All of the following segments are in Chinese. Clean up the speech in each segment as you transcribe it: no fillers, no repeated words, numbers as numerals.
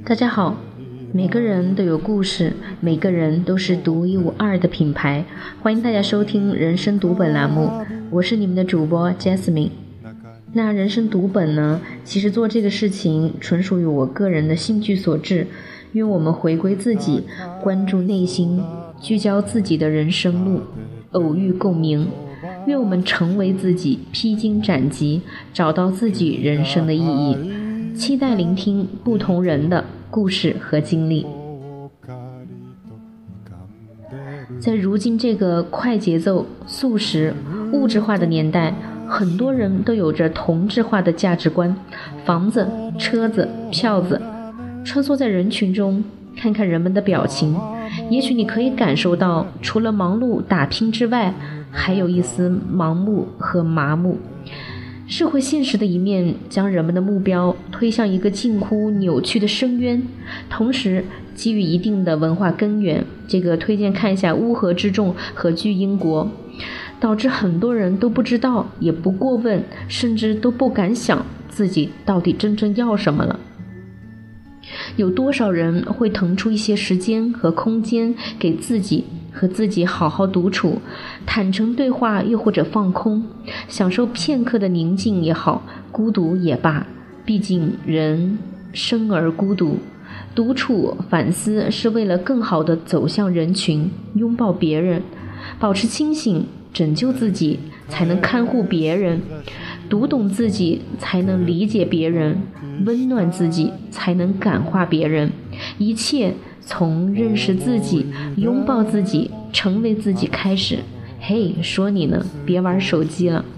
大家好，每个人都有故事，每个人都是独一无二的品牌。欢迎大家收听人生读本栏目，我是你们的主播 Jasmine。那人生读本呢，其实做这个事情纯属于我个人的兴趣所致，愿我们回归自己，关注内心，聚焦自己的人生路，偶遇共鸣。愿我们成为自己，披荆斩棘，找到自己人生的意义。期待聆听不同人的故事和经历。在如今这个快节奏、速食、物质化的年代，很多人都有着同质化的价值观，房子、车子、票子。穿梭在人群中，看看人们的表情，也许你可以感受到，除了忙碌打拼之外，还有一丝盲目和麻木。社会现实的一面将人们的目标推向一个近乎扭曲的深渊，同时基于一定的文化根源，这个推荐看一下《乌合之众》和《巨婴国》，导致很多人都不知道，也不过问，甚至都不敢想自己到底真正要什么了。有多少人会腾出一些时间和空间给自己，和自己好好独处，坦诚对话，又或者放空，享受片刻的宁静也好，孤独也罢，毕竟人生而孤独。独处反思是为了更好地走向人群，拥抱别人，保持清醒，拯救自己，才能看护别人，读懂自己，才能理解别人，温暖自己，才能感化别人。一切从认识自己，拥抱自己，成为自己开始。嘿，说你呢，别玩手机了。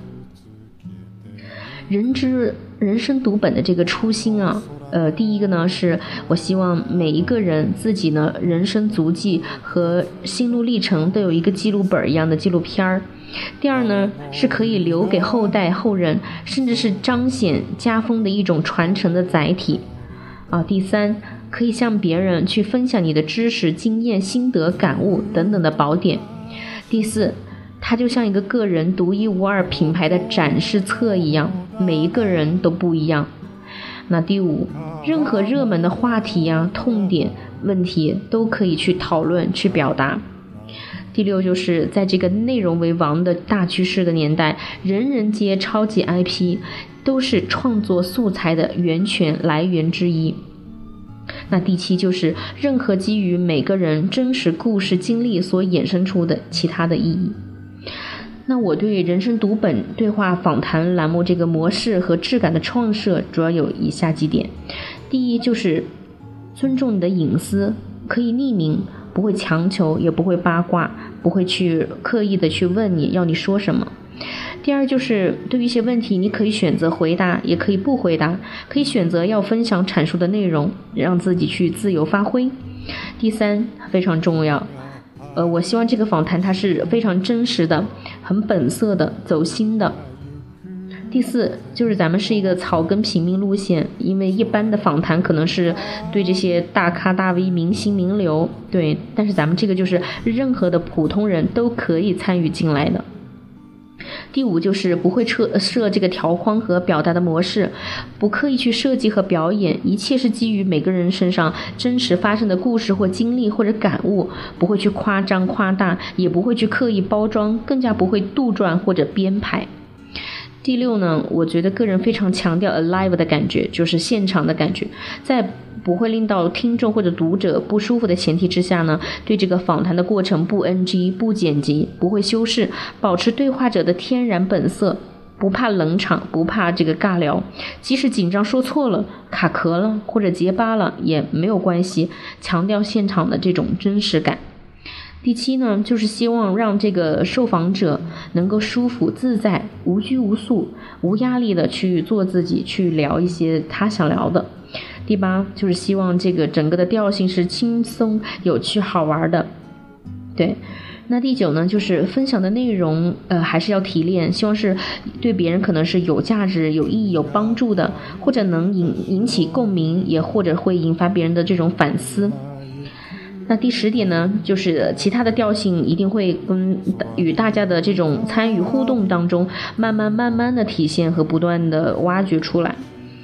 人生读本的这个初心啊，第一个呢，是我希望每一个人自己呢人生足迹和心路历程都有一个记录本一样的纪录片儿。第二呢，是可以留给后代后人，甚至是彰显家风的一种传承的载体啊。第三，可以向别人去分享你的知识、经验、心得、感悟等等的宝典。第四，它就像一个个人独一无二品牌的展示册一样，每一个人都不一样。那第五，任何热门的话题啊、痛点、问题都可以去讨论、去表达。第六，就是在这个内容为王的大趋势的年代，人人皆超级 IP， 都是创作素材的源泉来源之一。那第七，就是任何基于每个人真实故事经历所衍生出的其他的意义。那我对人生读本对话访谈栏目这个模式和质感的创设主要有以下几点。第一，就是尊重你的隐私，可以匿名，不会强求，也不会八卦，不会去刻意的去问你要你说什么。第二，就是对于一些问题，你可以选择回答，也可以不回答，可以选择要分享阐述的内容，让自己去自由发挥。第三，非常重要，我希望这个访谈它是非常真实的，很本色的，走心的。第四，就是咱们是一个草根平民路线，因为一般的访谈可能是对这些大咖大 V 明星名流，对，但是咱们这个就是任何的普通人都可以参与进来的。第五，就是不会设这个条框和表达的模式，不刻意去设计和表演，一切是基于每个人身上真实发生的故事或经历或者感悟，不会去夸张夸大，也不会去刻意包装，更加不会杜撰或者编排。第六呢，我觉得个人非常强调 alive 的感觉，就是现场的感觉，在不会令到听众或者读者不舒服的前提之下呢，对这个访谈的过程不 NG 不剪辑，不会修饰，保持对话者的天然本色，不怕冷场，不怕这个尬聊，即使紧张说错了、卡壳了或者结巴了也没有关系，强调现场的这种真实感。第七呢，就是希望让这个受访者能够舒服自在，无拘无束，无压力的去做自己，去聊一些他想聊的。第八，就是希望这个整个的调性是轻松、有趣、好玩的。对，那第九呢，就是分享的内容还是要提炼，希望是对别人可能是有价值、有意义、有帮助的，或者能引起共鸣，也或者会引发别人的这种反思。那第10点呢，就是其他的调性一定会与大家的这种参与互动当中慢慢的体现和不断的挖掘出来。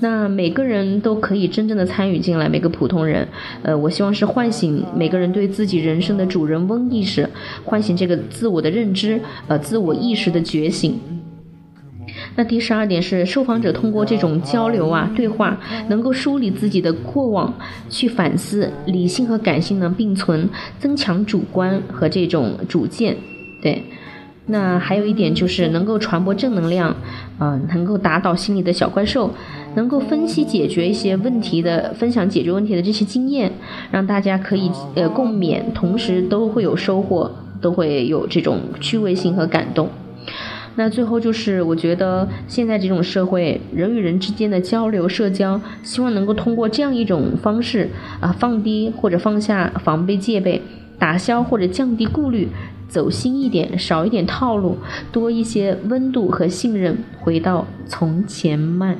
那每个人都可以真正的参与进来，每个普通人，我希望是唤醒每个人对自己人生的主人翁意识，唤醒这个自我的认知，自我意识的觉醒。那第12点是受访者通过这种交流对话，能够梳理自己的过往，去反思，理性和感性呢并存，增强主观和这种主见。对，那还有一点就是能够传播正能量，能够打倒心里的小怪兽，能够分析解决一些问题的，分享解决问题的这些经验，让大家可以共勉，同时都会有收获，都会有这种趣味性和感动。那最后就是我觉得现在这种社会，人与人之间的交流社交，希望能够通过这样一种方式放低或者放下防备戒备，打消或者降低顾虑，走心一点，少一点套路，多一些温度和信任，回到从前慢。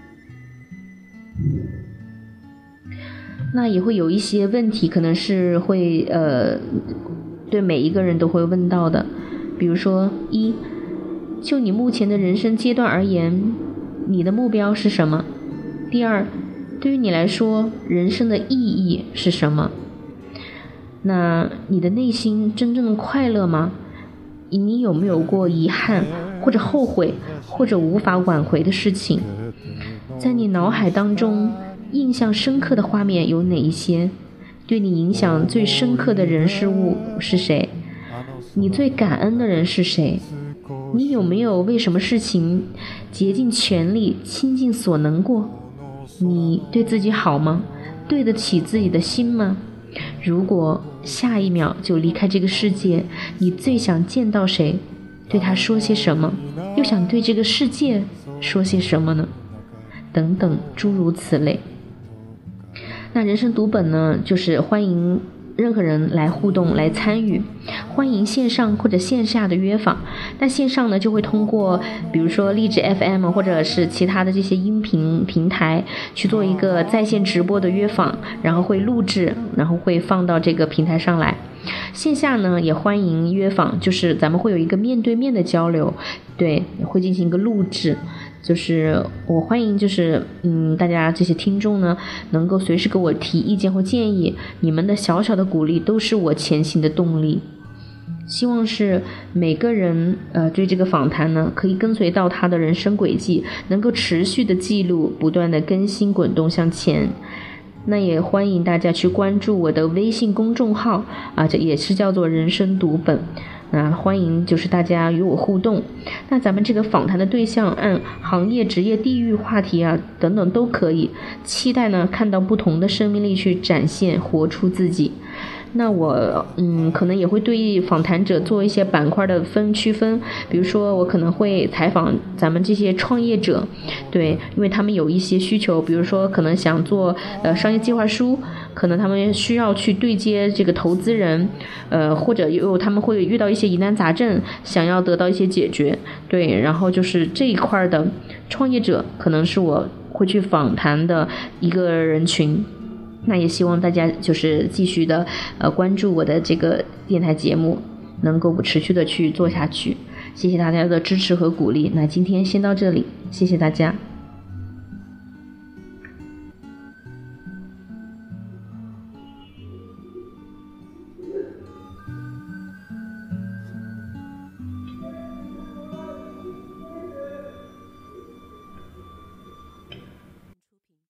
那也会有一些问题可能是会对每一个人都会问到的，比如说一，就你目前的人生阶段而言，你的目标是什么？第二，对于你来说，人生的意义是什么？那你的内心真正的快乐吗？你有没有过遗憾或者后悔或者无法挽回的事情？在你脑海当中印象深刻的画面有哪一些？对你影响最深刻的人事物是谁？你最感恩的人是谁？你有没有为什么事情竭尽全力倾尽所能过？你对自己好吗？对得起自己的心吗？如果下一秒就离开这个世界，你最想见到谁？对他说些什么？又想对这个世界说些什么呢？等等诸如此类。那人生读本呢，就是欢迎任何人来互动来参与，欢迎线上或者线下的约访。那线上呢，就会通过比如说荔枝 FM 或者是其他的这些音频平台去做一个在线直播的约访，然后会录制，然后会放到这个平台上来。线下呢也欢迎约访，就是咱们会有一个面对面的交流，对，会进行一个录制。就是我欢迎就是大家这些听众呢能够随时给我提意见或建议，你们的小小的鼓励都是我前行的动力。希望是每个人对这个访谈呢可以跟随到他的人生轨迹，能够持续的记录，不断的更新滚动向前。那也欢迎大家去关注我的微信公众号这也是叫做人生读本。那欢迎就是大家与我互动。那咱们这个访谈的对象按行业、职业、地域、话题等等都可以，期待呢看到不同的生命力去展现活出自己。那我可能也会对访谈者做一些板块的区分，比如说我可能会采访咱们这些创业者，对，因为他们有一些需求，比如说可能想做商业计划书，可能他们需要去对接这个投资人，或者他们会遇到一些疑难杂症，想要得到一些解决，对，然后就是这一块的创业者可能是我会去访谈的一个人群。那也希望大家就是继续的关注我的这个电台节目，能够持续的去做下去。谢谢大家的支持和鼓励。那今天先到这里，谢谢大家。